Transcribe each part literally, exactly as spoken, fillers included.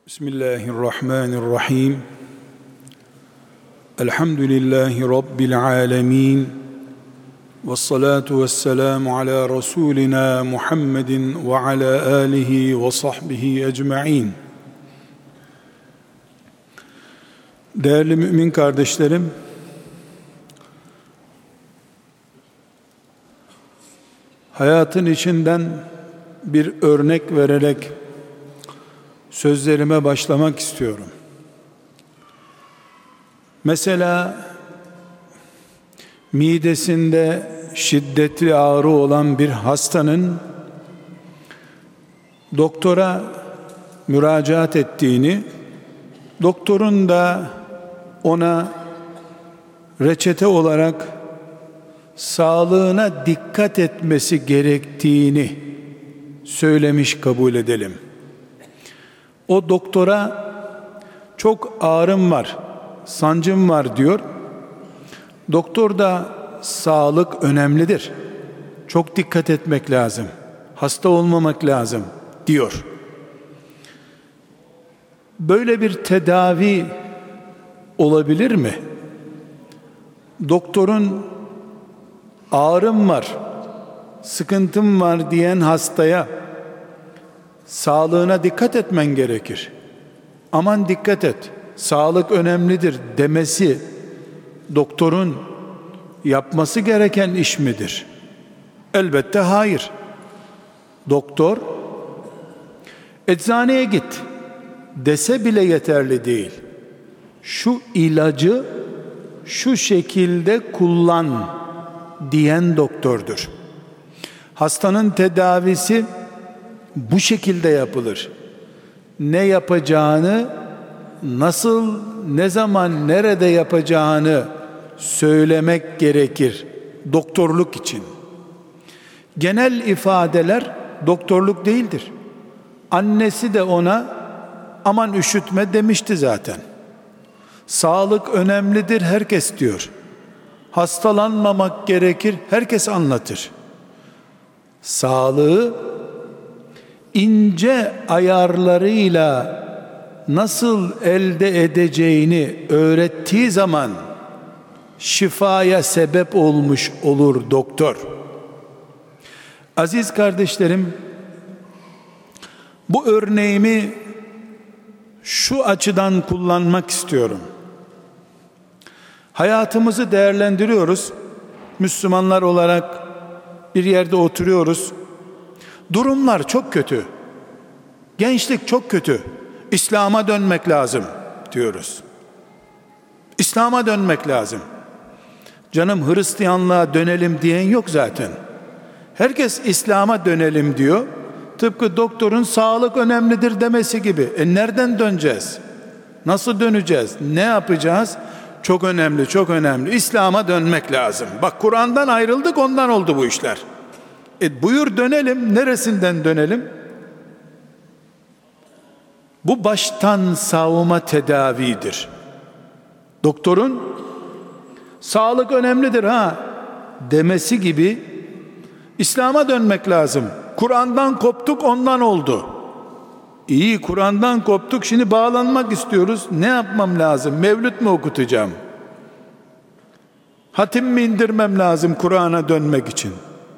Bismillahirrahmanirrahim. Elhamdülillahi Rabbil alemin. Vessalatu vesselamu ala Resulina Muhammedin ve ala alihi ve sahbihi ecma'in. Değerli mümin kardeşlerim, hayatın içinden bir örnek vererek sözlerime başlamak istiyorum. Mesela midesinde şiddetli ağrı olan bir hastanın doktora müracaat ettiğini, doktorun da ona reçete olarak sağlığına dikkat etmesi gerektiğini söylemiş kabul edelim. O doktora çok ağrım var, sancım var diyor. Doktor da sağlık önemlidir, çok dikkat etmek lazım, hasta olmamak lazım diyor. Böyle bir tedavi olabilir mi? Doktorun ağrım var, sıkıntım var diyen hastaya sağlığına dikkat etmen gerekir, aman dikkat et, sağlık önemlidir demesi doktorun yapması gereken iş midir? Elbette hayır. Doktor eczaneye git dese bile yeterli değil. Şu ilacı şu şekilde kullan diyen doktordur. Hastanın tedavisi bu şekilde yapılır. Ne yapacağını, nasıl, ne zaman, nerede yapacağını söylemek gerekir doktorluk için. Genel ifadeler doktorluk değildir. Annesi de ona aman üşütme demişti zaten. Sağlık önemlidir herkes diyor. Hastalanmamak gerekir herkes anlatır. Sağlığı ince ayarlarıyla nasıl elde edeceğini öğrettiği zaman şifaya sebep olmuş olur doktor. Aziz kardeşlerim, bu örneğimi şu açıdan kullanmak istiyorum. Hayatımızı değerlendiriyoruz. Müslümanlar olarak bir yerde oturuyoruz. Durumlar çok kötü. Gençlik çok kötü. İslam'a dönmek lazım diyoruz. İslam'a dönmek lazım. Canım Hristiyanlığa dönelim diyen yok zaten. Herkes İslam'a dönelim diyor. Tıpkı doktorun sağlık önemlidir demesi gibi. E nereden döneceğiz? Nasıl döneceğiz? Ne yapacağız? Çok önemli, çok önemli. İslam'a dönmek lazım. Bak Kur'an'dan ayrıldık, ondan oldu bu işler. E buyur dönelim. Neresinden dönelim? Bu baştan savma tedavidir. Doktorun sağlık önemlidir ha demesi gibi İslam'a dönmek lazım. Kur'an'dan koptuk, ondan oldu. İyi, Kur'an'dan koptuk, şimdi bağlanmak istiyoruz. Ne yapmam lazım? Mevlüt mü okutacağım? Hatim mi indirmem lazım Kur'an'a dönmek için?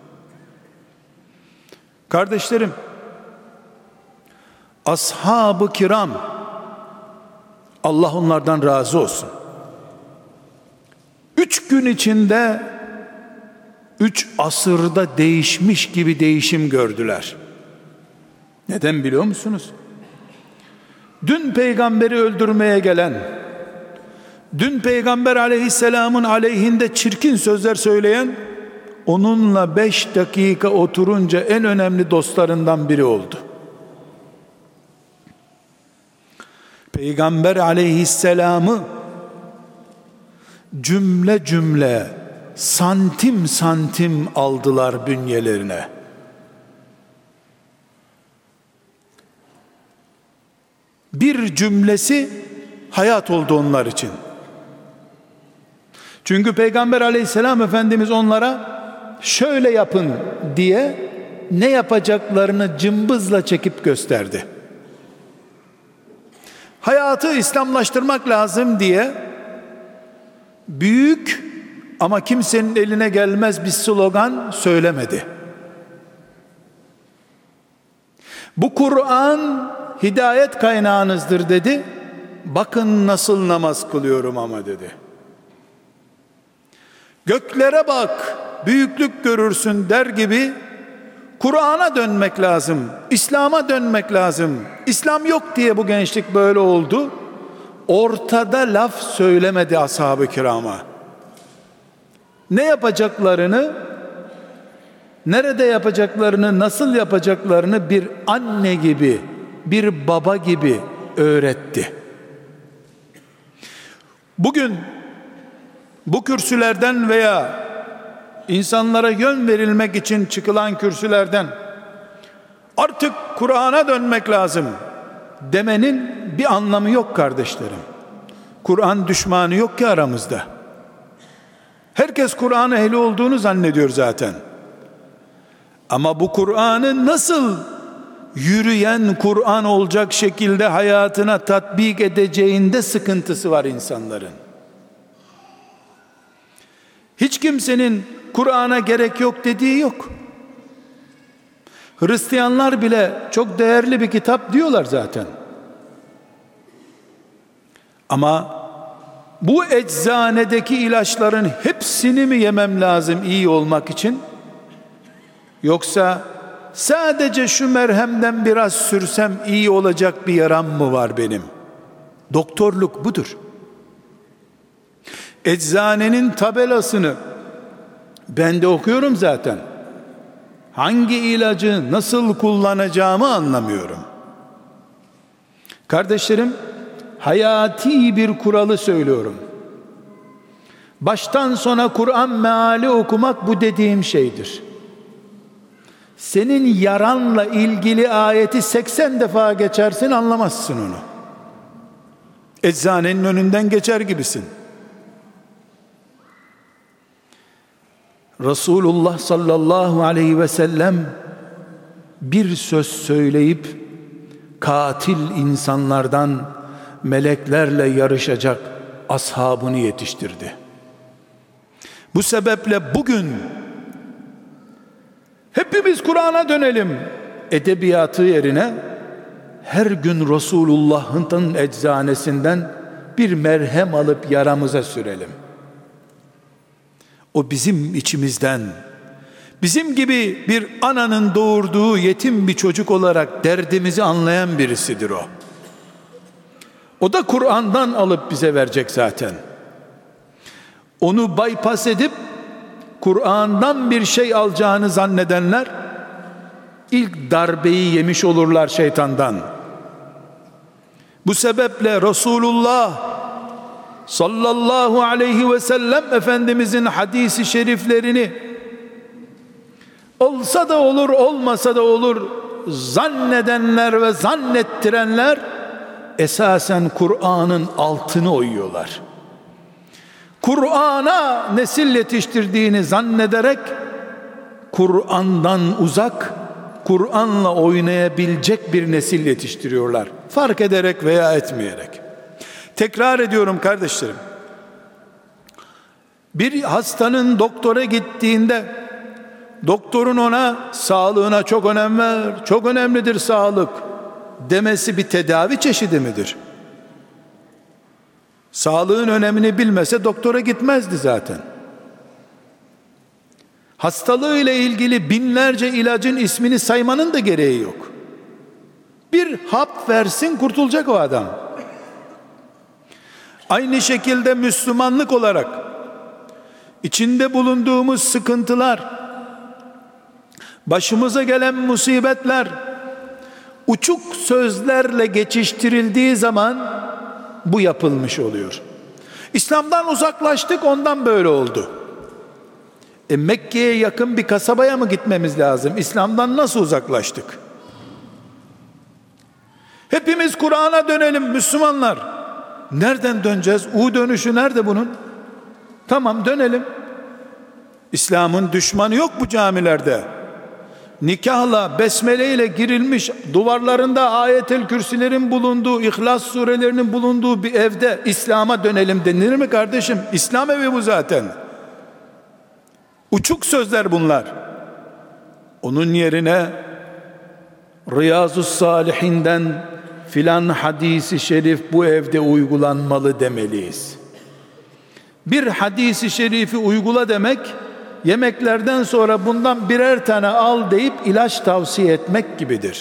Kardeşlerim, ashab-ı kiram, Allah onlardan razı olsun, üç gün içinde üç asırda değişmiş gibi değişim gördüler. Neden biliyor musunuz? Dün peygamberi öldürmeye gelen, dün peygamber aleyhisselamın aleyhinde çirkin sözler söyleyen, onunla beş dakika oturunca en önemli dostlarından biri oldu. Peygamber aleyhisselamı cümle cümle, santim santim aldılar bünyelerine. Bir cümlesi hayat oldu onlar için. Çünkü Peygamber aleyhisselam Efendimiz onlara şöyle yapın diye ne yapacaklarını cımbızla çekip gösterdi. hayatı İslamlaştırmak lazım diye büyük ama kimsenin eline gelmez bir slogan söylemedi. Bu Kur'an hidayet kaynağınızdır dedi. Bakın nasıl namaz kılıyorum ama dedi. Göklere bak, büyüklük görürsün der gibi Kur'an'a dönmek lazım, İslam'a dönmek lazım. İslam yok diye bu gençlik böyle oldu. Ortada laf söylemedi ashab-ı kirama. Ne yapacaklarını, nerede yapacaklarını, nasıl yapacaklarını bir anne gibi, bir baba gibi öğretti. Bugün bu kürsülerden veya insanlara yön verilmek için çıkılan kürsülerden artık Kur'an'a dönmek lazım demenin bir anlamı yok kardeşlerim. Kur'an düşmanı yok ki aramızda. Herkes Kur'an ehli olduğunu zannediyor zaten. Ama bu Kur'an'ı nasıl yürüyen Kur'an olacak şekilde hayatına tatbik edeceğinde sıkıntısı var insanların. Hiç kimsenin Kur'an'a gerek yok dediği yok. Hristiyanlar bile çok değerli bir kitap diyorlar zaten. Ama bu eczanedeki ilaçların hepsini mi yemem lazım iyi olmak için? Yoksa sadece şu merhemden biraz sürsem iyi olacak bir yaram mı var benim? Doktorluk budur. Eczanenin tabelasını ben de okuyorum zaten. Hangi ilacı nasıl kullanacağımı anlamıyorum. Kardeşlerim, hayati bir kuralı söylüyorum. Baştan sona Kur'an meali okumak bu dediğim şeydir. Senin yaranla ilgili ayeti seksen defa geçersin, anlamazsın onu. Eczanenin önünden geçer gibisin. Resulullah sallallahu aleyhi ve sellem bir söz söyleyip katil insanlardan meleklerle yarışacak ashabını yetiştirdi. Bu sebeple bugün hepimiz Kur'an'a dönelim edebiyatı yerine her gün Resulullah'ın eczanesinden bir merhem alıp yaramıza sürelim. O bizim içimizden, bizim gibi bir ananın doğurduğu yetim bir çocuk olarak derdimizi anlayan birisidir o. O da Kur'an'dan alıp bize verecek zaten. Onu bypass edip Kur'an'dan bir şey alacağını zannedenler ilk darbeyi yemiş olurlar şeytandan. Bu sebeple Resulullah sallallahu aleyhi ve sellem Efendimizin hadisi şeriflerini olsa da olur olmasa da olur zannedenler ve zannettirenler esasen Kur'an'ın altını oyuyorlar. Kur'an'a nesil yetiştirdiğini zannederek Kur'an'dan uzak, Kur'an'la oynayabilecek bir nesil yetiştiriyorlar. Fark ederek veya etmeyerek. Tekrar ediyorum kardeşlerim. Bir hastanın doktora gittiğinde doktorun ona sağlığına çok önem ver, çok önemlidir sağlık demesi bir tedavi çeşidi midir? Sağlığın önemini bilmese doktora gitmezdi zaten. Hastalığı ile ilgili binlerce ilacın ismini saymanın da gereği yok. Bir hap versin, kurtulacak o adam. Aynı şekilde Müslümanlık olarak içinde bulunduğumuz sıkıntılar, başımıza gelen musibetler uçuk sözlerle geçiştirildiği zaman bu yapılmış oluyor. İslam'dan uzaklaştık, ondan böyle oldu. E Mekke'ye yakın bir kasabaya mı gitmemiz lazım? İslam'dan nasıl uzaklaştık? Hepimiz Kur'an'a dönelim Müslümanlar. Nereden döneceğiz? U dönüşü nerede bunun? Tamam, dönelim. İslam'ın düşmanı yok bu camilerde. nikahla, besmele ile girilmiş, duvarlarında ayet-el kürsülerin bulunduğu, İhlas surelerinin bulunduğu bir evde İslam'a dönelim denir mi kardeşim? İslam evi bu zaten. Uçuk sözler bunlar. Onun yerine Riyazus Salihinden filan hadisi şerif bu evde uygulanmalı demeliyiz. Bir hadisi şerifi uygula demek, yemeklerden sonra bundan birer tane al deyip ilaç tavsiye etmek gibidir.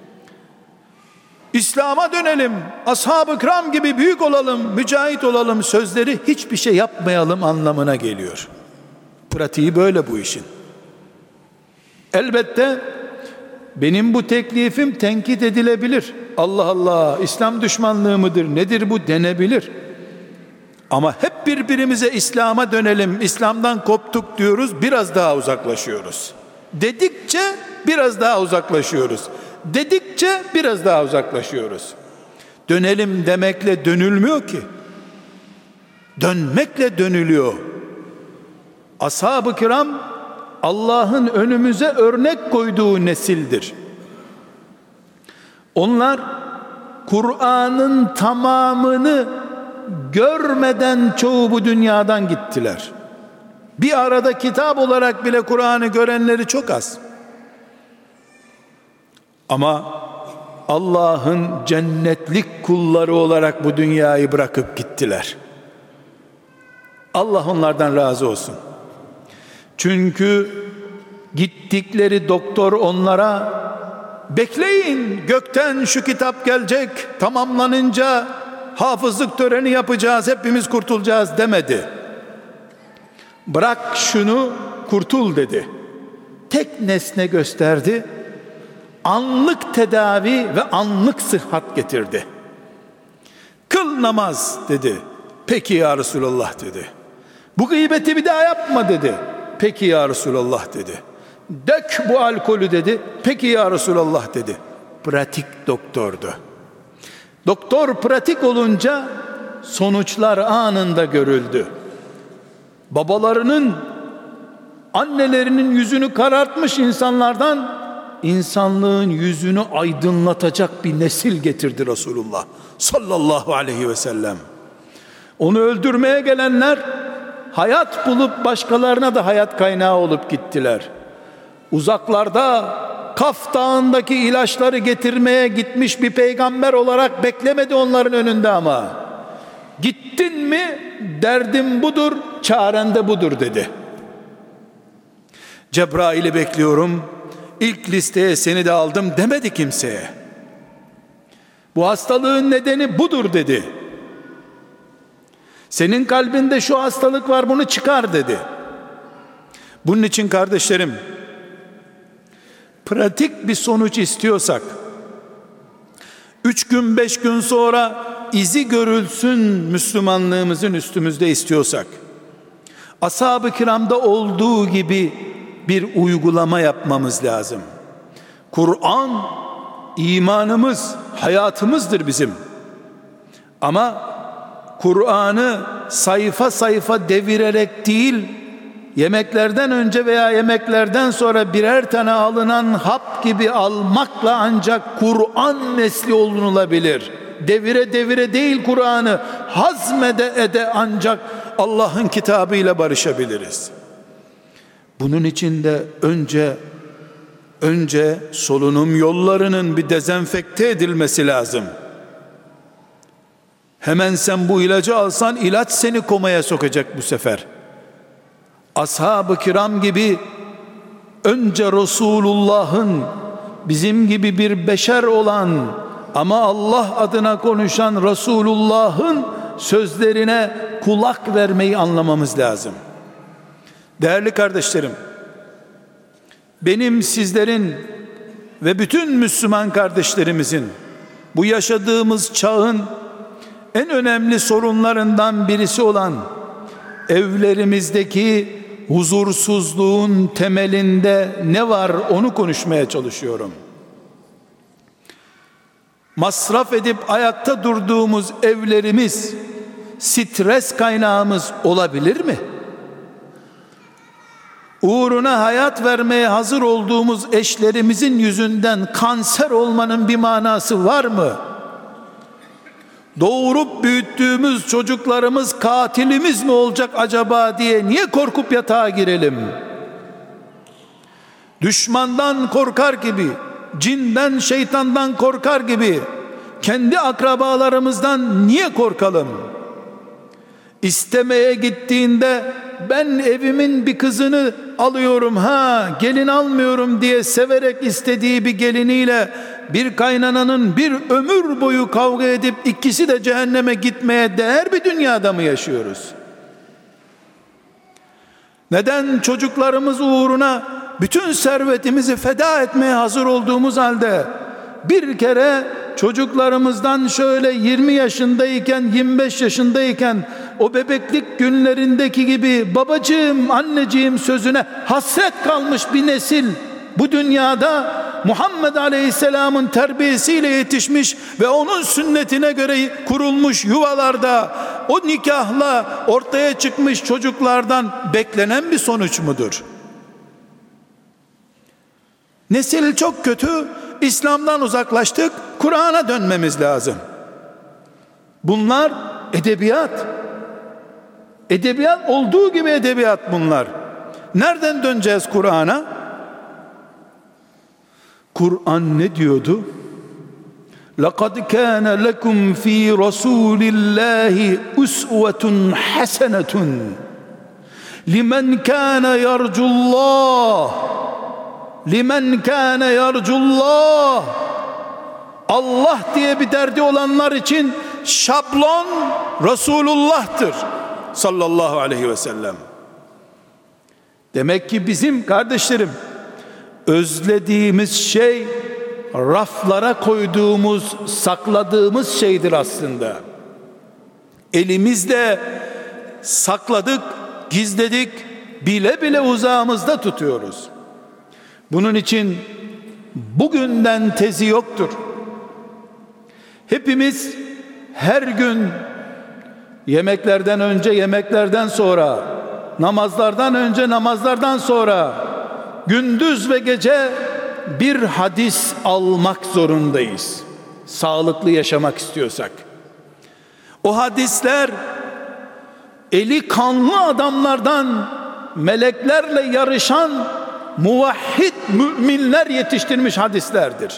İslam'a dönelim, ashab-ı kiram gibi büyük olalım, mücahit olalım sözleri hiçbir şey yapmayalım anlamına geliyor. Pratiği böyle bu işin. Elbette benim bu teklifim tenkit edilebilir. Allah Allah, İslam düşmanlığı mıdır, nedir bu denebilir. Ama hep birbirimize İslam'a dönelim, İslam'dan koptuk diyoruz, biraz daha uzaklaşıyoruz. Dedikçe biraz daha uzaklaşıyoruz. Dedikçe biraz daha uzaklaşıyoruz. Dönelim demekle dönülmüyor ki. Dönmekle dönülüyor. Ashab-ı kiram Allah'ın önümüze örnek koyduğu nesildir. Onlar Kur'an'ın tamamını görmeden çoğu bu dünyadan gittiler. Bir arada kitap olarak bile Kur'an'ı görenleri çok az. Ama Allah'ın cennetlik kulları olarak bu dünyayı bırakıp gittiler. Allah onlardan razı olsun. Çünkü gittikleri doktor onlara bekleyin, gökten şu kitap gelecek, tamamlanınca hafızlık töreni yapacağız, hepimiz kurtulacağız demedi. Bırak şunu, kurtul dedi. Tek nesne gösterdi, anlık tedavi ve anlık sıhhat getirdi. Kıl namaz dedi. Peki ya Resulallah dedi. Bu gıybeti bir daha yapma dedi. Peki ya Resulallah dedi. Dök bu alkolü dedi. Peki ya Resulallah dedi. Pratik doktordu. Doktor pratik olunca sonuçlar anında görüldü. Babalarının, annelerinin yüzünü karartmış insanlardan insanlığın yüzünü aydınlatacak bir nesil getirdi Resulullah sallallahu aleyhi ve sellem. Onu öldürmeye gelenler hayat bulup başkalarına da hayat kaynağı olup gittiler. Uzaklarda Kaf Dağı'ndaki ilaçları getirmeye gitmiş bir peygamber olarak beklemedi onların önünde ama gittin mi derdim budur, çaren de budur dedi. Cebrail'i bekliyorum, İlk listeye seni de aldım demedi kimseye. Bu hastalığın nedeni budur dedi. Senin kalbinde şu hastalık var, bunu çıkar dedi. Bunun için kardeşlerim, pratik bir sonuç istiyorsak, üç gün beş gün sonra izi görülsün Müslümanlığımızın üstümüzde istiyorsak, ashab-ı kiramda olduğu gibi bir uygulama yapmamız lazım. Kur'an imanımız, hayatımızdır bizim. Ama Kur'an'ı sayfa sayfa devirerek değil, yemeklerden önce veya yemeklerden sonra birer tane alınan hap gibi almakla ancak Kur'an nesli olunulabilir. Devire devire değil, Kur'an'ı hazmede ede ancak Allah'ın kitabıyla barışabiliriz. Bunun için de önce önce solunum yollarının bir dezenfekte edilmesi lazım. Hemen sen bu ilacı alsan ilaç seni komaya sokacak bu sefer. Ashab-ı kiram gibi önce Resulullah'ın, bizim gibi bir beşer olan ama Allah adına konuşan Resulullah'ın sözlerine kulak vermeyi anlamamız lazım. Değerli kardeşlerim, benim, sizlerin ve bütün Müslüman kardeşlerimizin bu yaşadığımız çağın en önemli sorunlarından birisi olan evlerimizdeki huzursuzluğun temelinde ne var onu konuşmaya çalışıyorum. Masraf edip ayakta durduğumuz evlerimiz stres kaynağımız olabilir mi? uğruna hayat vermeye hazır olduğumuz eşlerimizin yüzünden kanser olmanın bir manası var mı? Doğurup büyüttüğümüz çocuklarımız katilimiz mi olacak acaba diye niye korkup yatağa girelim? Düşmandan korkar gibi, cinden, şeytandan korkar gibi kendi akrabalarımızdan niye korkalım? İstemeye gittiğinde ben evimin bir kızını alıyorum, ha gelin almıyorum diye severek istediği bir geliniyle bir kaynananın bir ömür boyu kavga edip ikisi de cehenneme gitmeye değer bir dünyada mı yaşıyoruz? Neden çocuklarımız uğruna bütün servetimizi feda etmeye hazır olduğumuz halde bir kere çocuklarımızdan şöyle yirmi yaşındayken, yirmi beş yaşındayken o bebeklik günlerindeki gibi babacığım, anneciğim sözüne hasret kalmış bir nesil bu dünyada Muhammed Aleyhisselam'ın terbiyesiyle yetişmiş ve onun sünnetine göre kurulmuş yuvalarda o nikahla ortaya çıkmış çocuklardan beklenen bir sonuç mudur? Nesil çok kötü, İslam'dan uzaklaştık, Kur'an'a dönmemiz lazım. Bunlar edebiyat. Edebiyat olduğu gibi edebiyat bunlar. Nereden döneceğiz Kur'an'a? Kur'an ne diyordu? لَقَدْ كَانَ لَكُمْ ف۪ي رَسُولِ اللّٰهِ اُسْوَةٌ حَسَنَةٌ لِمَنْ كَانَ يَرْجُ اللّٰهِ limen kâne yercullah. Allah diye bir derdi olanlar için şablon Resulullah'tır sallallahu aleyhi ve sellem. Demek ki bizim kardeşlerim özlediğimiz şey raflara koyduğumuz, sakladığımız şeydir aslında. Elimizde sakladık, gizledik, bile bile uzağımızda tutuyoruz. Bunun için bugünden tezi yoktur. Hepimiz her gün yemeklerden önce, yemeklerden sonra, namazlardan önce, namazlardan sonra, gündüz ve gece bir hadis almak zorundayız. Sağlıklı yaşamak istiyorsak. O hadisler eli kanlı adamlardan, meleklerle yarışan muvahhid müminler yetiştirmiş hadislerdir.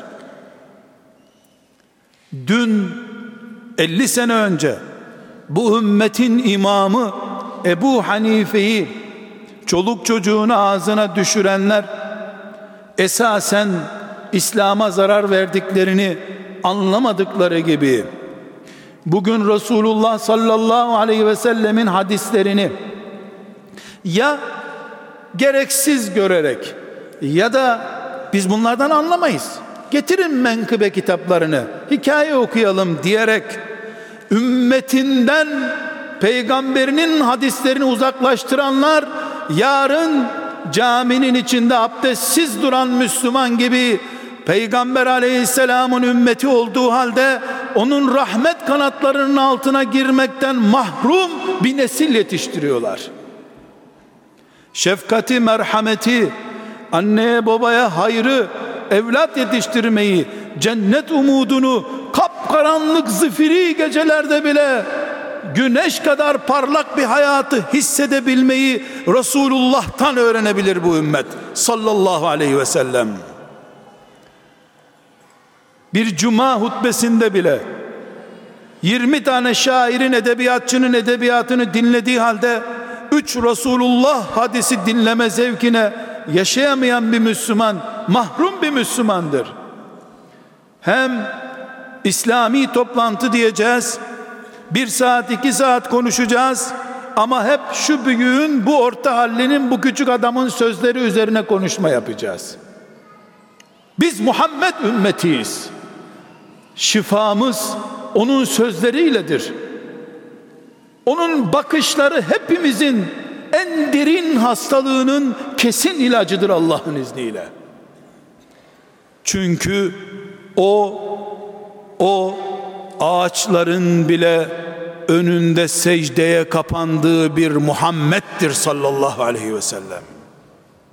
Dün elli sene önce bu ümmetin imamı Ebu Hanife'yi çoluk çocuğunu ağzına düşürenler esasen İslam'a zarar verdiklerini anlamadıkları gibi bugün Resulullah sallallahu aleyhi ve sellemin hadislerini ya gereksiz görerek ya da biz bunlardan anlamayız, getirin menkıbe kitaplarını, hikaye okuyalım diyerek ümmetinden peygamberinin hadislerini uzaklaştıranlar yarın caminin içinde abdestsiz duran Müslüman gibi Peygamber aleyhisselamın ümmeti olduğu halde onun rahmet kanatlarının altına girmekten mahrum bir nesil yetiştiriyorlar. Şefkati, merhameti, anneye babaya hayrı, evlat yetiştirmeyi, cennet umudunu kapkaranlık zifiri gecelerde bile güneş kadar parlak bir hayatı hissedebilmeyi Resulullah'tan öğrenebilir bu ümmet sallallahu aleyhi ve sellem. Bir cuma hutbesinde bile yirmi tane şairin, edebiyatçının edebiyatını dinlediği halde üç Resulullah hadisi dinleme zevkine yaşayamayan bir Müslüman mahrum bir Müslümandır. Hem İslami toplantı diyeceğiz, bir saat iki saat konuşacağız ama hep şu büyüğün, bu orta hallinin, bu küçük adamın sözleri üzerine konuşma yapacağız. Biz Muhammed ümmetiyiz. Şifamız onun sözleriyledir. Onun bakışları hepimizin en derin hastalığının kesin ilacıdır Allah'ın izniyle. Çünkü o o ağaçların bile önünde secdeye kapandığı bir Muhammed'dir sallallahu aleyhi ve sellem.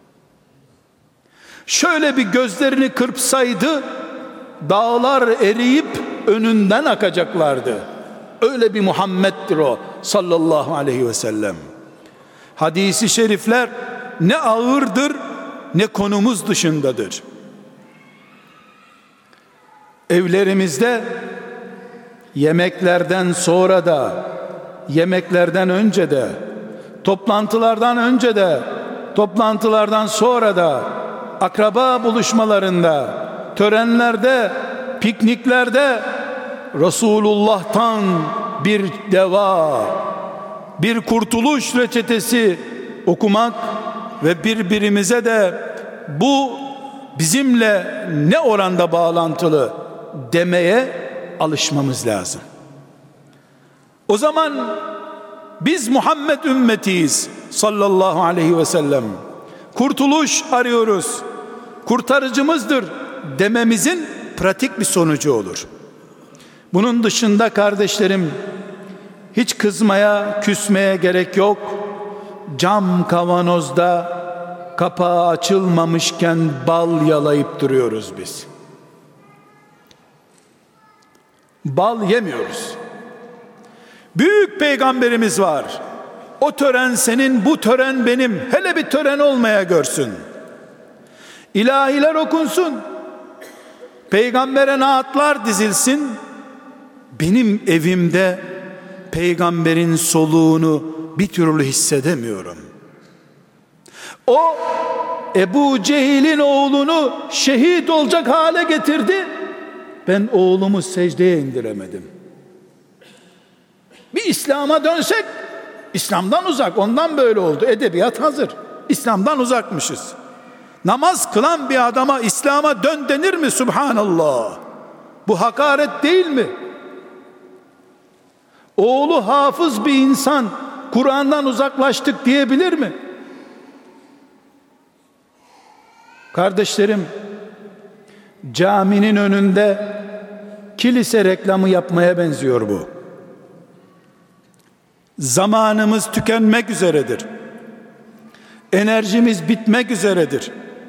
Şöyle bir gözlerini kırpsaydı dağlar eriyip önünden akacaklardı. Öyle bir Muhammed'dir o sallallahu aleyhi ve sellem. Hadis-i şerifler ne ağırdır ne konumuz dışındadır. Evlerimizde yemeklerden sonra da, yemeklerden önce de, toplantılardan önce de, toplantılardan sonra da, akraba buluşmalarında, törenlerde, pikniklerde Resulullah'tan bir deva, bir kurtuluş reçetesi okumak ve birbirimize de bu bizimle ne oranda bağlantılı demeye alışmamız lazım. O zaman biz Muhammed ümmetiyiz sallallahu aleyhi ve sellem. Kurtuluş arıyoruz, kurtarıcımızdır dememizin pratik bir sonucu olur. Bunun dışında kardeşlerim, hiç kızmaya, küsmeye gerek yok. Cam kavanozda kapağı açılmamışken bal yalayıp duruyoruz biz. Bal yemiyoruz. Büyük peygamberimiz var. O tören senin, bu tören benim. Hele bir tören olmaya görsün. İlahiler okunsun. Peygambere naatlar dizilsin. Benim evimde peygamberin soluğunu bir türlü hissedemiyorum. O Ebu Cehil'in oğlunu şehit olacak hale getirdi. Ben oğlumu secdeye indiremedim. Bir İslam'a dönsek, İslam'dan uzak, ondan böyle oldu. Edebiyat hazır. İslam'dan uzakmışız. Namaz kılan bir adama İslam'a dön denir mi? Subhanallah. Bu hakaret değil mi? Oğlu hafız bir insan Kur'an'dan uzaklaştık diyebilir mi? Kardeşlerim, caminin önünde kilise reklamı yapmaya benziyor bu. Zamanımız tükenmek üzeredir. Enerjimiz bitmek üzeredir.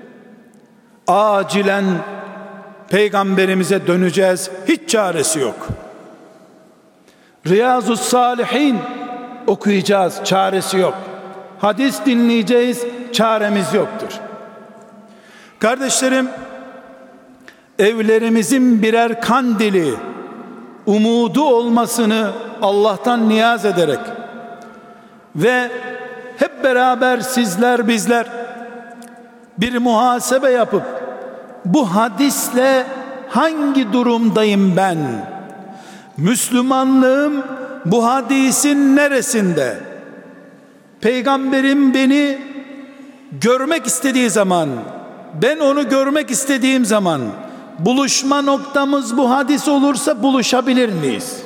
Acilen peygamberimize döneceğiz. Hiç çaresi yok. Riyazus Salihin okuyacağız. Çaresi yok. Hadis dinleyeceğiz. Çaremiz yoktur. Kardeşlerim, evlerimizin birer kandili, umudu olmasını Allah'tan niyaz ederek ve hep beraber sizler bizler bir muhasebe yapıp bu hadisle hangi durumdayım ben? Müslümanlığım bu hadisin neresinde? Peygamberim beni görmek istediği zaman, ben onu görmek istediğim zaman buluşma noktamız bu hadis olursa buluşabilir miyiz?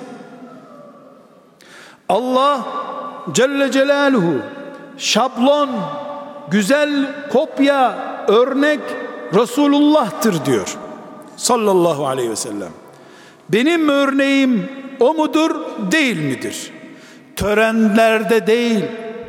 Allah Celle Celaluhu şablon, güzel kopya, örnek Resulullah'tır diyor sallallahu aleyhi ve sellem. Benim örneğim o mudur, değil midir? Törenlerde değil,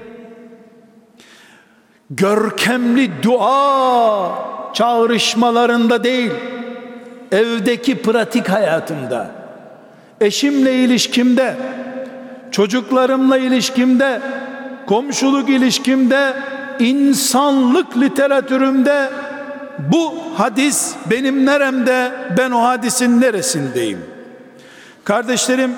görkemli dua çağrışmalarında değil, evdeki pratik hayatımda, eşimle ilişkimde, çocuklarımla ilişkimde, komşuluk ilişkimde, insanlık literatürümde bu hadis benim neremde, ben o hadisin neresindeyim? Kardeşlerim,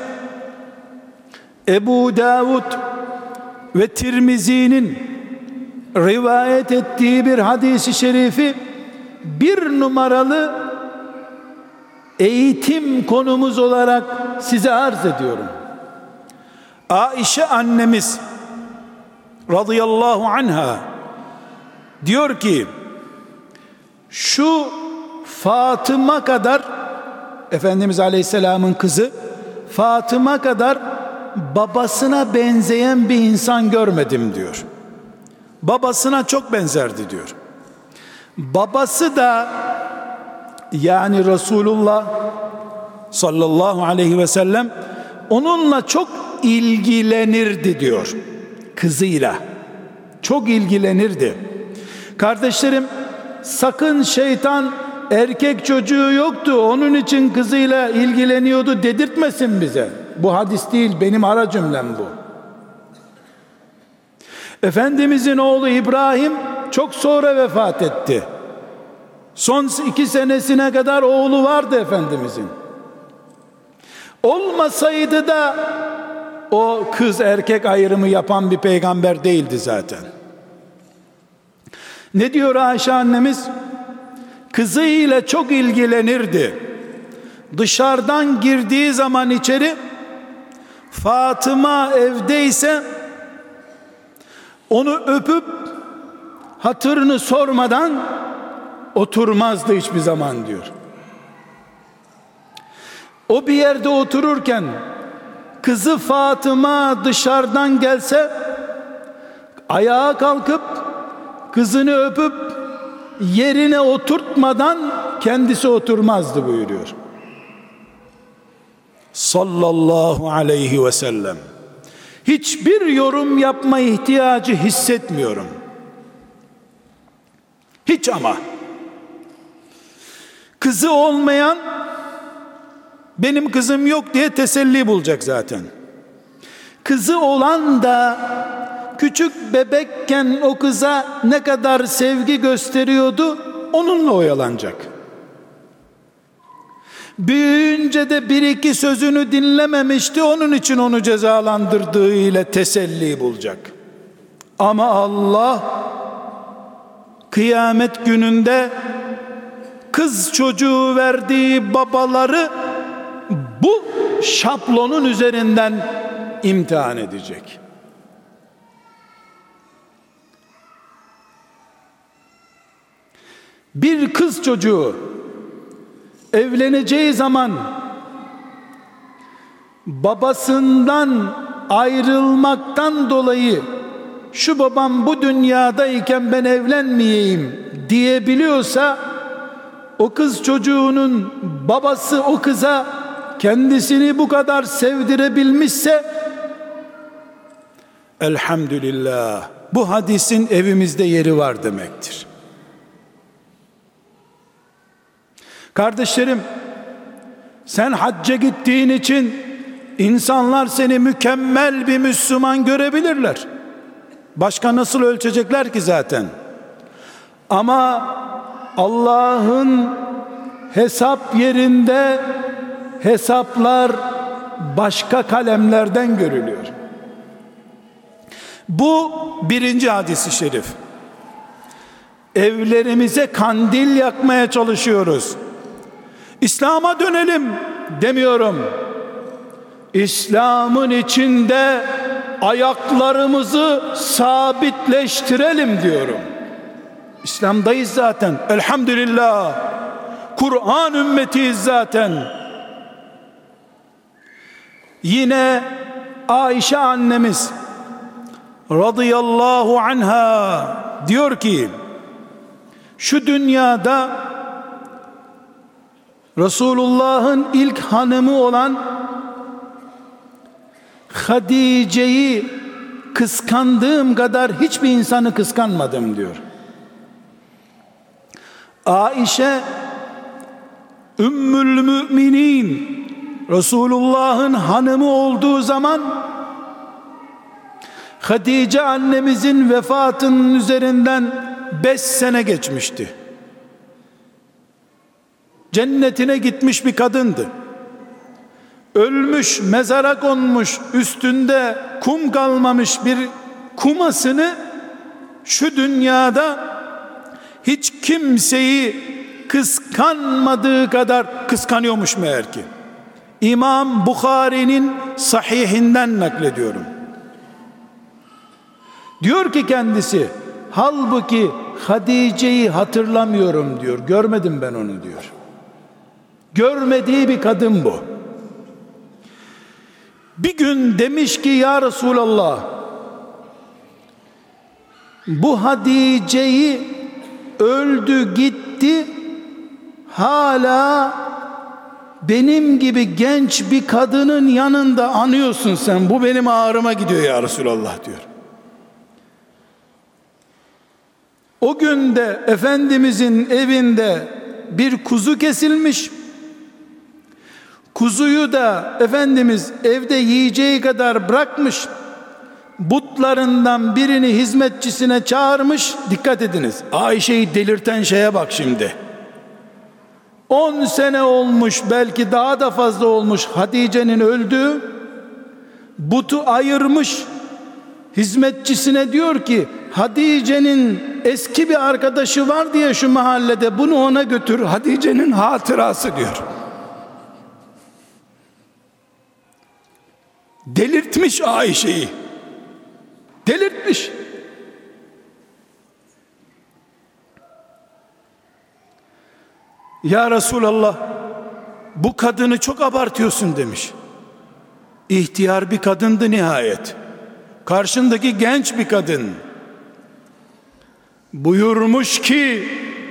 Ebu Davud ve Tirmizi'nin rivayet ettiği bir hadisi şerifi bir numaralı eğitim konumuz olarak size arz ediyorum. Aişe annemiz radıyallahu anha diyor ki, şu Fatıma kadar, Efendimiz Aleyhisselam'ın kızı Fatıma kadar babasına benzeyen bir insan görmedim diyor. Babasına çok benzerdi diyor. Babası da, yani Resulullah sallallahu aleyhi ve sellem onunla çok ilgilenirdi diyor. Kızıyla çok ilgilenirdi. Kardeşlerim, sakın şeytan erkek çocuğu yoktu, onun için kızıyla ilgileniyordu dedirtmesin bize. Bu hadis değil, benim ara cümlem bu. Efendimizin oğlu İbrahim çok sonra vefat etti. Son iki senesine kadar oğlu vardı Efendimizin. Olmasaydı da o kız erkek ayrımı yapan bir peygamber değildi zaten. Ne diyor Ayşe annemiz? Kızıyla çok ilgilenirdi. Dışarıdan girdiği zaman içeri, Fatıma evdeyse onu öpüp hatırını sormadan oturmazdı hiçbir zaman diyor. O bir yerde otururken kızı Fatıma dışarıdan gelse ayağa kalkıp kızını öpüp yerine oturtmadan kendisi oturmazdı buyuruyor. Sallallahu aleyhi ve sellem. Hiçbir yorum yapma ihtiyacı hissetmiyorum. Hiç ama. Kızı olmayan benim kızım yok diye teselli bulacak zaten. Kızı olan da küçük bebekken o kıza ne kadar sevgi gösteriyordu, onunla oyalanacak. Büyüyünce de bir iki sözünü dinlememişti, onun için onu cezalandırdığı ile teselli bulacak. Ama Allah kıyamet gününde kız çocuğu verdiği babaları bu şablonun üzerinden imtihan edecek. Bir kız çocuğu evleneceği zaman babasından ayrılmaktan dolayı şu babam bu dünyadayken ben evlenmeyeyim diyebiliyorsa, o kız çocuğunun babası o kıza kendisini bu kadar sevdirebilmişse elhamdülillah, bu hadisin evimizde yeri var demektir. Kardeşlerim, sen hacca gittiğin için insanlar seni mükemmel bir Müslüman görebilirler. Başka nasıl ölçecekler ki zaten? Ama Allah'ın hesap yerinde hesaplar başka kalemlerden görülüyor. Bu birinci hadis-i şerif. Evlerimize kandil yakmaya çalışıyoruz. İslam'a dönelim demiyorum. İslam'ın içinde ayaklarımızı sabitleştirelim diyorum. İslam'dayız zaten. Elhamdülillah. Kur'an ümmetiyiz zaten. Yine Ayşe annemiz radıyallahu anha diyor ki, şu dünyada Resulullah'ın ilk hanımı olan Hadice'yi kıskandığım kadar hiçbir insanı kıskanmadım diyor. Ayşe Ümmül Müminin Resulullah'ın hanımı olduğu zaman Hadice annemizin vefatının üzerinden beş sene geçmişti. Cennetine gitmiş bir kadındı. Ölmüş, mezara konmuş, üstünde kum kalmamış bir kumasını şu dünyada hiç kimseyi kıskanmadığı kadar kıskanıyormuş meğer ki. İmam Bukhari'nin sahihinden naklediyorum. Diyor ki kendisi, halbuki Hadice'yi hatırlamıyorum diyor. Görmedim ben onu diyor. Görmediği bir kadın bu. Bir gün demiş ki, ya Resulallah, bu Hadice'yi öldü gitti, hala benim gibi genç bir kadının yanında anıyorsun sen. Bu benim ağrıma gidiyor ya Resulallah diyor. O günde Efendimizin evinde bir kuzu kesilmiş. Kuzuyu da Efendimiz evde yiyeceği kadar bırakmış. Butlarından birini hizmetçisine çağırmış. Dikkat ediniz, Ayşe'yi delirten şeye bak şimdi. on sene olmuş, belki daha da fazla olmuş Hatice'nin öldüğü. Butu ayırmış, hizmetçisine diyor ki Hatice'nin eski bir arkadaşı var diye şu mahallede, bunu ona götür, Hatice'nin hatırası diyor. Delirtmiş Ayşe'yi. Delirtmiş. Ya Resulallah, bu kadını çok abartıyorsun demiş. İhtiyar bir kadındı nihayet. Karşındaki genç bir kadın. Buyurmuş ki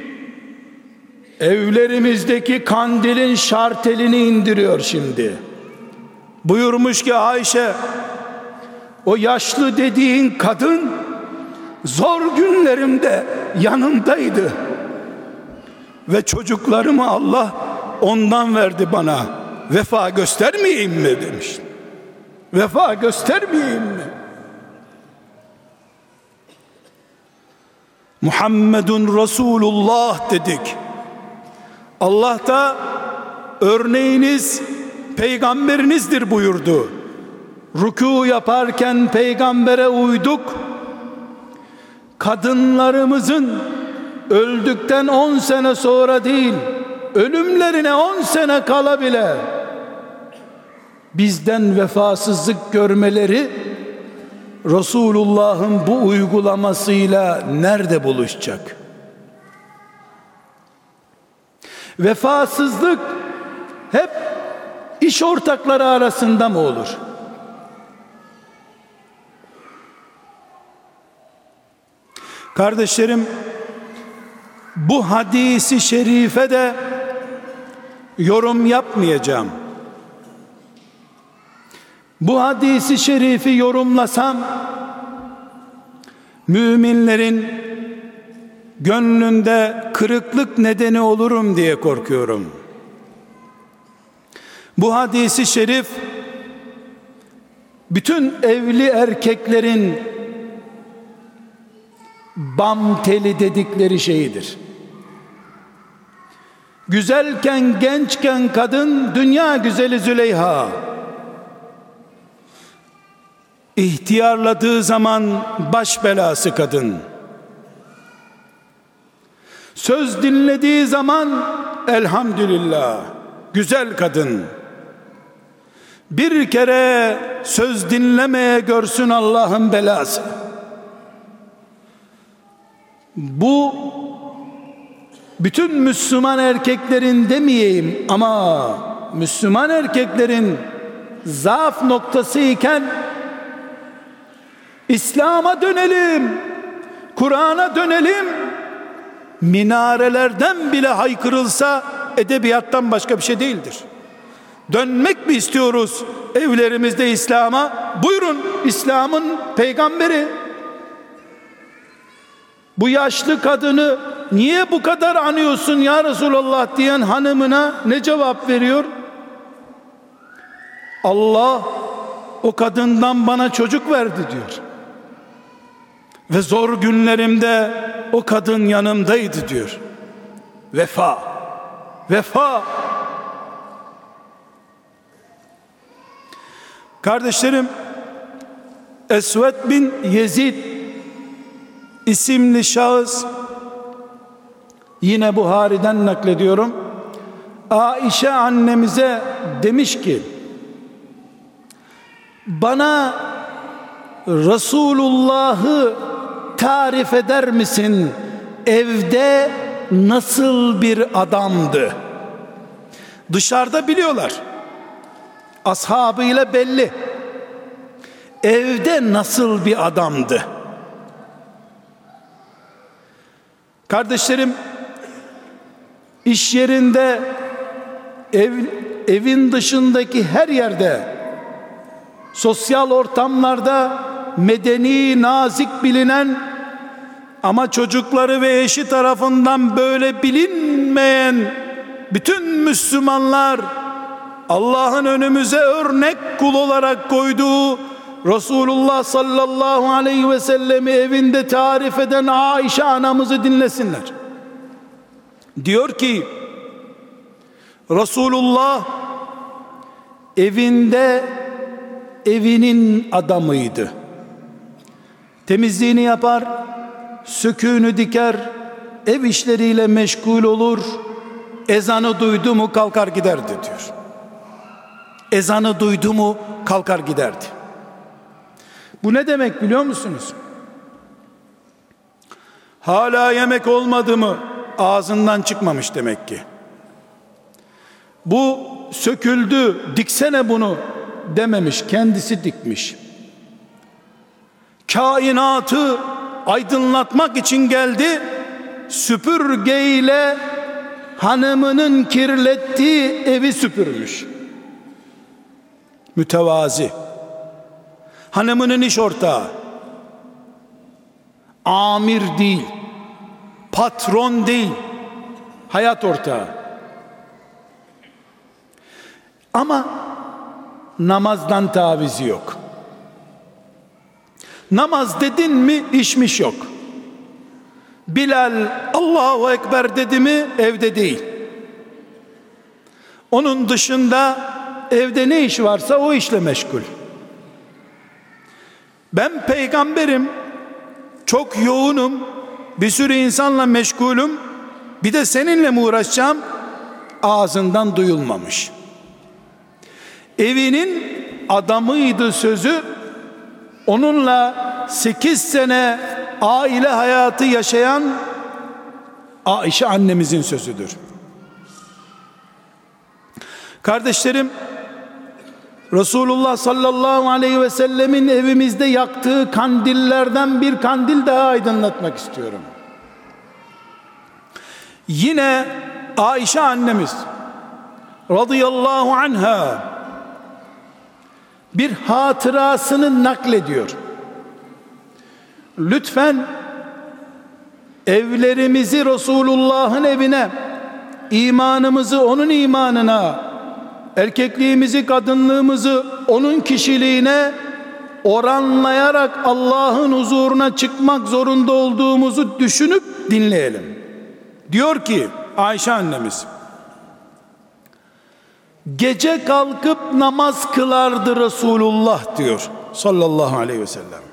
evlerimizdeki kandilin şartelini indiriyor şimdi. Buyurmuş ki Ayşe, o yaşlı dediğin kadın zor günlerimde yanımdaydı ve çocuklarımı Allah ondan verdi bana. Vefa göstermeyeyim mi demiş. Vefa göstermeyeyim mi? Muhammedun Resulullah dedik. Allah da örneğiniz peygamberinizdir buyurdu. Rükû yaparken peygambere uyduk. Kadınlarımızın öldükten on sene sonra değil, ölümlerine on sene kala bile bizden vefasızlık görmeleri Resulullah'ın bu uygulamasıyla nerede buluşacak? Vefasızlık hep iş ortakları arasında mı olur? Kardeşlerim, bu hadisi şerife de yorum yapmayacağım. Bu hadisi şerifi yorumlasam müminlerin gönlünde kırıklık nedeni olurum diye korkuyorum. Bu hadisi şerif bütün evli erkeklerin bam teli dedikleri şeyidir. Güzelken, gençken kadın dünya güzeli Züleyha, İhtiyarladığı zaman baş belası kadın, söz dinlediği zaman elhamdülillah güzel kadın. Bir kere söz dinlemeye görsün Allah'ın belası. Bu bütün Müslüman erkeklerin demeyeyim ama Müslüman erkeklerin zaaf noktası iken İslam'a dönelim, Kur'an'a dönelim, minarelerden bile haykırılsa edebiyattan başka bir şey değildir. Dönmek mi istiyoruz evlerimizde İslam'a? Buyurun, İslam'ın peygamberi bu yaşlı kadını niye bu kadar anıyorsun ya Resulallah diyen hanımına ne cevap veriyor? Allah o kadından bana çocuk verdi diyor. Ve zor günlerimde o kadın yanımdaydı diyor. Vefa, vefa. Kardeşlerim, Esved bin Yezid isimli şahıs, yine Buhari'den naklediyorum, Aişe annemize demiş ki, bana Resulullah'ı tarif eder misin? Evde nasıl bir adamdı? Dışarıda biliyorlar, ashabıyla belli. Evde nasıl bir adamdı? Kardeşlerim, iş yerinde, ev, evin dışındaki her yerde, sosyal ortamlarda medeni, nazik bilinen Ama çocukları ve eşi tarafından böyle bilinmeyen bütün Müslümanlar Allah'ın önümüze örnek kul olarak koyduğu Resulullah sallallahu aleyhi ve sellemi evinde tarif eden Aişe anamızı dinlesinler. Diyor ki Resulullah evinde evinin adamıydı. Temizliğini yapar, söküğünü diker, ev işleriyle meşgul olur, ezanı duydu mu kalkar giderdi diyor. Ezanı duydu mu kalkar giderdi. Bu ne demek biliyor musunuz? Hala yemek olmadı mı ağzından çıkmamış demek ki. Bu söküldü, diksene bunu dememiş, kendisi dikmiş. Kainatı aydınlatmak için geldi, süpürgeyle hanımının kirlettiği evi süpürmüş. Mütevazi. Hanımının iş ortağı. Amir değil, patron değil, hayat ortağı. Ama namazdan tavizi yok. Namaz dedin mi işmiş yok. Bilal Allahu Ekber dedi mi evde değil. Onun dışında evde ne iş varsa o işle meşgul. Ben peygamberim, çok yoğunum, bir sürü insanla meşgulüm, bir de seninle mi uğraşacağım? Ağzından duyulmamış. Evinin adamıydı sözü, onunla sekiz sene aile hayatı yaşayan Aişe annemizin sözüdür. Kardeşlerim, Resulullah sallallahu aleyhi ve sellemin evimizde yaktığı kandillerden bir kandil daha aydınlatmak istiyorum. Yine Aişe annemiz radıyallahu anha bir hatırasını naklediyor. Lütfen evlerimizi Resulullah'ın evine, imanımızı onun imanına, erkekliğimizi, kadınlığımızı onun kişiliğine oranlayarak Allah'ın huzuruna çıkmak zorunda olduğumuzu düşünüp dinleyelim. Diyor ki Ayşe annemiz, gece kalkıp namaz kılardı Resulullah diyor sallallahu aleyhi ve sellem.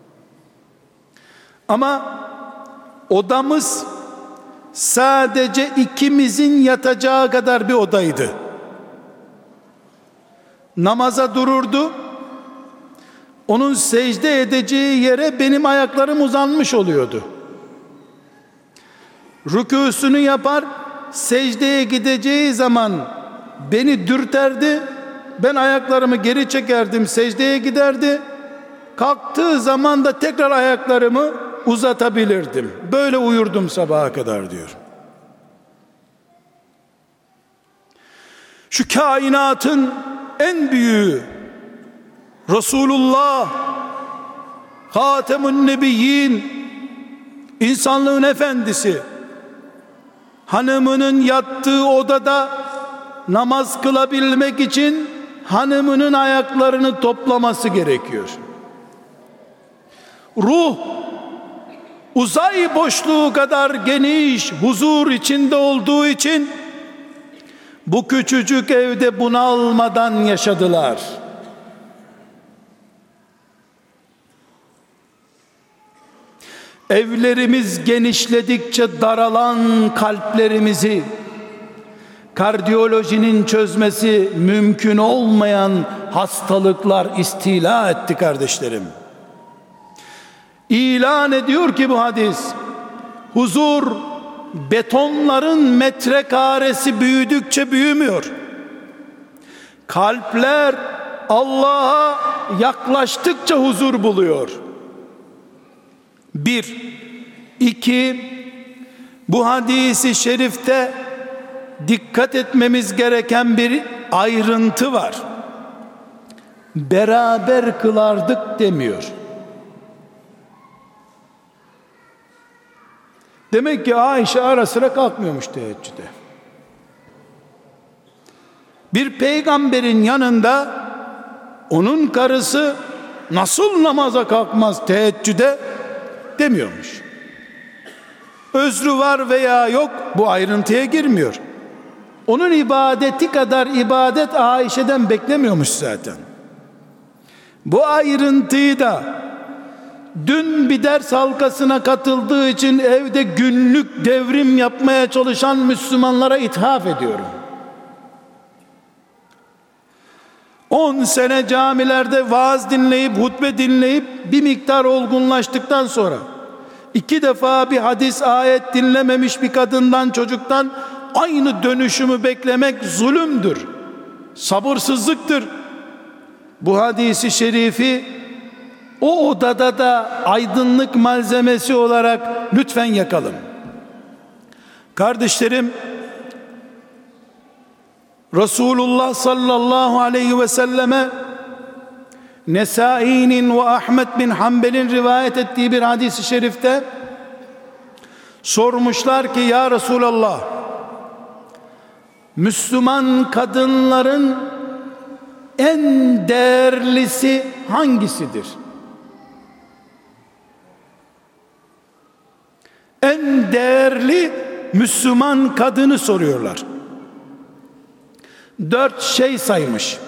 Ama odamız sadece ikimizin yatacağı kadar bir odaydı. Namaza dururdu. Onun secde edeceği yere benim ayaklarım uzanmış oluyordu. Rükûsünü yapar, secdeye gideceği zaman beni dürterdi. Ben ayaklarımı geri çekerdim, secdeye giderdi. Kalktığı zaman da tekrar ayaklarımı uzatabilirdim. Böyle uyurdum sabaha kadar diyor. Şu kainatın en büyüğü Resulullah, Hatemun Nebiyyin, insanlığın efendisi, hanımının yattığı odada namaz kılabilmek için hanımının ayaklarını toplaması gerekiyor. Ruh uzay boşluğu kadar geniş huzur içinde olduğu için bu küçücük evde bunalmadan yaşadılar. Evlerimiz genişledikçe daralan kalplerimizi kardiyolojinin çözmesi mümkün olmayan hastalıklar istila etti kardeşlerim. İlan ediyor ki bu hadis, huzur betonların metrekaresi büyüdükçe büyümüyor. Kalpler Allah'a yaklaştıkça huzur buluyor. Bir, iki, bu hadisi şerifte dikkat etmemiz gereken bir ayrıntı var. Beraber kılardık demiyor. Demek ki Ayşe ara sıra kalkmıyormuş teheccüde. Bir peygamberin yanında onun karısı nasıl namaza kalkmaz teheccüde demiyormuş. Özrü var veya yok, bu ayrıntıya girmiyor. Onun ibadeti kadar ibadet Ayşe'den beklemiyormuş zaten. Bu ayrıntıyı da dün bir ders halkasına katıldığı için evde günlük devrim yapmaya çalışan Müslümanlara ithaf ediyorum. on sene camilerde vaaz dinleyip hutbe dinleyip bir miktar olgunlaştıktan sonra iki defa bir hadis ayet dinlememiş bir kadından, çocuktan aynı dönüşümü beklemek zulümdür, sabırsızlıktır. Bu hadisi şerifi o odada da aydınlık malzemesi olarak lütfen yakalım. Kardeşlerim, Resulullah sallallahu aleyhi ve selleme Nesai'nin ve Ahmed bin Hanbel'in rivayet ettiği bir hadis-i şerifte sormuşlar ki, ya Resulallah, Müslüman kadınların en değerlisi hangisidir? En değerli Müslüman kadını soruyorlar. Dört şey saymış.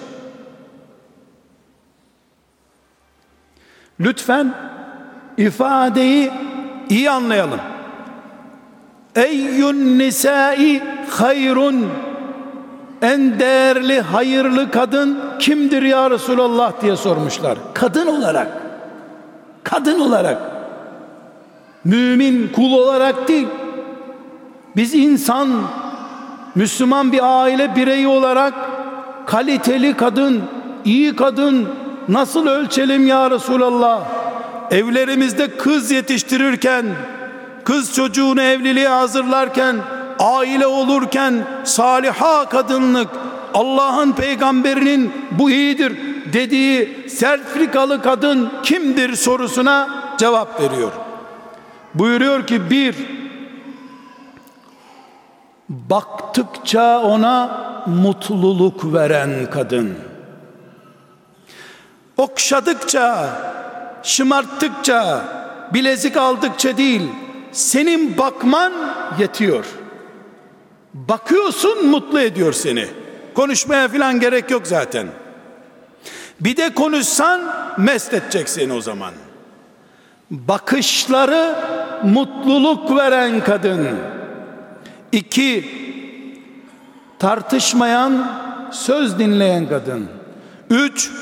Lütfen ifadeyi iyi anlayalım. Eyyün nisai hayrun, en değerli hayırlı kadın kimdir ya Resulallah diye sormuşlar. Kadın olarak, kadın olarak, mümin kul olarak değil. Biz insan, Müslüman bir aile bireyi olarak kaliteli kadın, iyi kadın nasıl ölçelim ya Resulallah? Evlerimizde kız yetiştirirken, kız çocuğunu evliliğe hazırlarken, aile olurken saliha kadınlık, Allah'ın peygamberinin bu iyidir dediği sertifikalı kadın kimdir sorusuna cevap veriyor. Buyuruyor ki, bir, baktıkça ona mutluluk veren kadın. Okşadıkça, şımarttıkça, bilezik aldıkça değil, senin bakman yetiyor. Bakıyorsun, mutlu ediyor seni. Konuşmaya falan gerek yok zaten. Bir de konuşsan mest edecek seni o zaman. Bakışları mutluluk veren kadın. İki, tartışmayan, söz dinleyen kadın. Üç,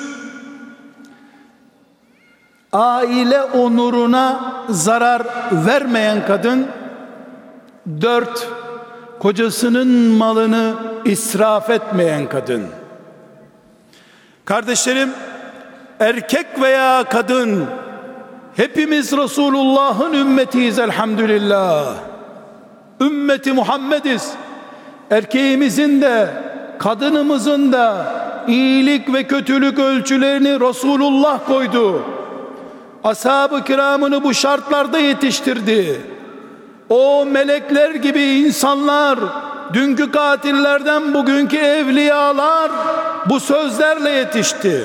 aile onuruna zarar vermeyen kadın. Dört, kocasının malını israf etmeyen kadın. Kardeşlerim, erkek veya kadın, hepimiz Resulullah'ın ümmetiyiz elhamdülillah. Ümmeti Muhammediz. Erkeğimizin de kadınımızın da iyilik ve kötülük ölçülerini Resulullah koydu. Ashab-ı kiramını bu şartlarda yetiştirdi. O melekler gibi insanlar, dünkü katillerden bugünkü evliyalar bu sözlerle yetişti.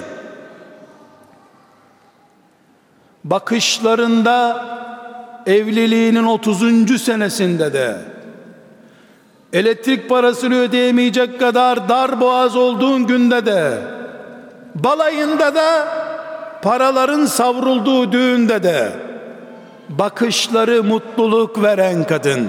Bakışlarında evliliğinin otuzuncu senesinde de elektrik parasını ödeyemeyecek kadar darboğaz olduğun günde de, balayında da, paraların savrulduğu düğünde de bakışları mutluluk veren kadın.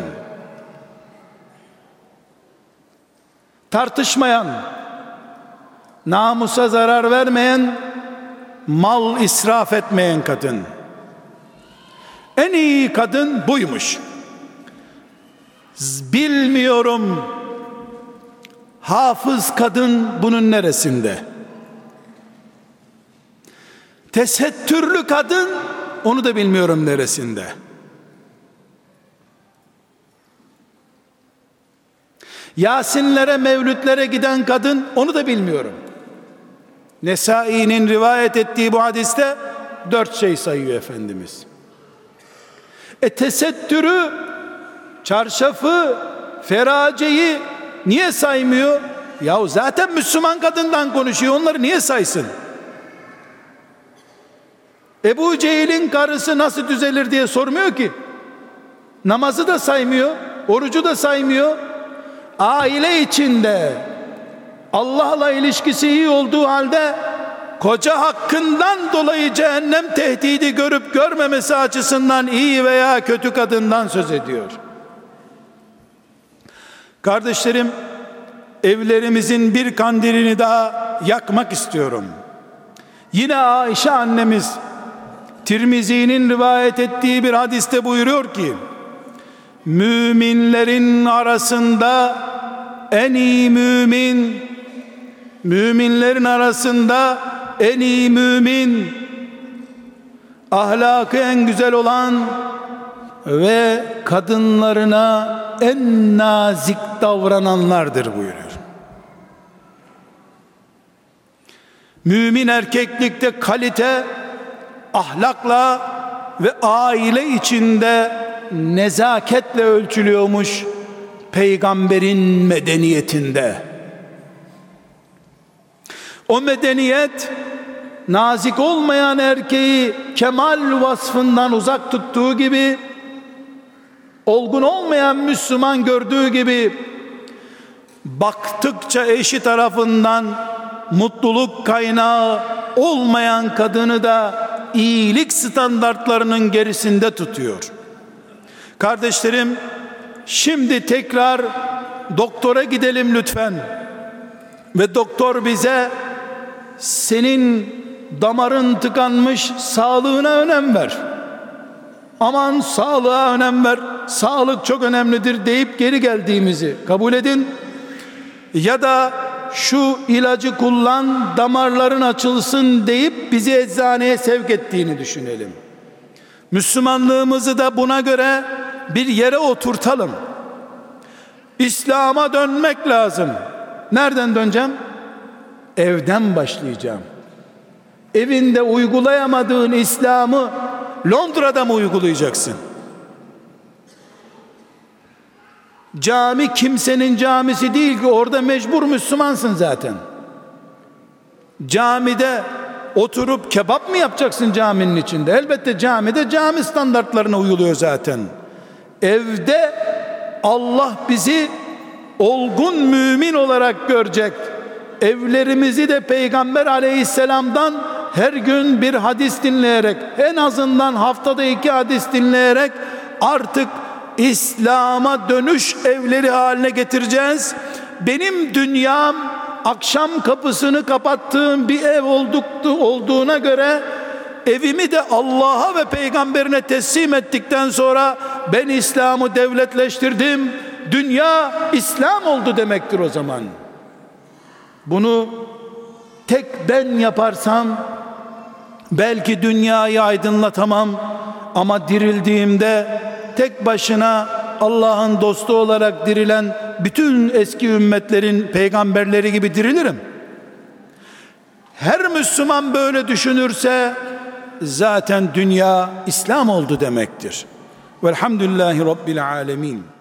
Tartışmayan, namusa zarar vermeyen, mal israf etmeyen kadın. En iyi kadın buymuş. Bilmiyorum, hafız kadın bunun neresinde? Tesettürlü kadın, onu da bilmiyorum neresinde. Yasinlere, mevlütlere giden kadın, onu da bilmiyorum. Nesai'nin rivayet ettiği bu hadiste dört şey sayıyor Efendimiz. E tesettürü çarşafı, feraceyi niye saymıyor? Yahu zaten Müslüman kadından konuşuyor, onları niye saysın? Ebu Cehil'in karısı nasıl düzelir diye sormuyor ki. Namazı da saymıyor, orucu da saymıyor. Aile içinde Allah'la ilişkisi iyi olduğu halde koca hakkından dolayı cehennem tehdidi görüp görmemesi açısından iyi veya kötü kadından söz ediyor. Kardeşlerim, evlerimizin bir kandilini daha yakmak istiyorum. Yine Ayşe annemiz Tirmizi'nin rivayet ettiği bir hadiste buyuruyor ki, müminlerin arasında en iyi mümin, müminlerin arasında en iyi mümin, ahlakı en güzel olan ve kadınlarına en nazik davrananlardır buyuruyor. Mümin erkeklikte kalite, ahlakla ve aile içinde nezaketle ölçülüyormuş peygamberin medeniyetinde. O medeniyet nazik olmayan erkeği kemal vasfından uzak tuttuğu gibi, olgun olmayan Müslüman gördüğü gibi, baktıkça eşi tarafından mutluluk kaynağı olmayan kadını da iyilik standartlarının gerisinde tutuyor. Kardeşlerim, şimdi tekrar doktora gidelim lütfen ve doktor bize senin damarın tıkanmış, sağlığına önem ver, aman sağlığa önem ver, sağlık çok önemlidir deyip geri geldiğimizi kabul edin, ya da şu ilacı kullan damarların açılsın deyip bizi eczaneye sevk ettiğini düşünelim. Müslümanlığımızı da buna göre bir yere oturtalım. İslam'a dönmek lazım. Nereden döneceğim? Evden başlayacağım. Evinde uygulayamadığın İslam'ı Londra'da mı uygulayacaksın? Cami kimsenin camisi değil ki, orada mecbur Müslümansın zaten. Camide oturup kebap mı yapacaksın caminin içinde? Elbette camide cami standartlarına uyuluyor zaten. Evde Allah bizi olgun mümin olarak görecek. Evlerimizi de Peygamber aleyhisselamdan her gün bir hadis dinleyerek, en azından haftada iki hadis dinleyerek artık İslam'a dönüş evleri haline getireceğiz. Benim dünyam akşam kapısını kapattığım bir ev olduk, olduğuna göre evimi de Allah'a ve peygamberine teslim ettikten sonra ben İslam'ı devletleştirdim. Dünya İslam oldu demektir o zaman. Bunu tek ben yaparsam belki dünyayı aydınlatamam, ama dirildiğimde tek başına Allah'ın dostu olarak dirilen bütün eski ümmetlerin peygamberleri gibi dirilirim. Her Müslüman böyle düşünürse zaten dünya İslam oldu demektir. Velhamdülillahi Rabbil alemin.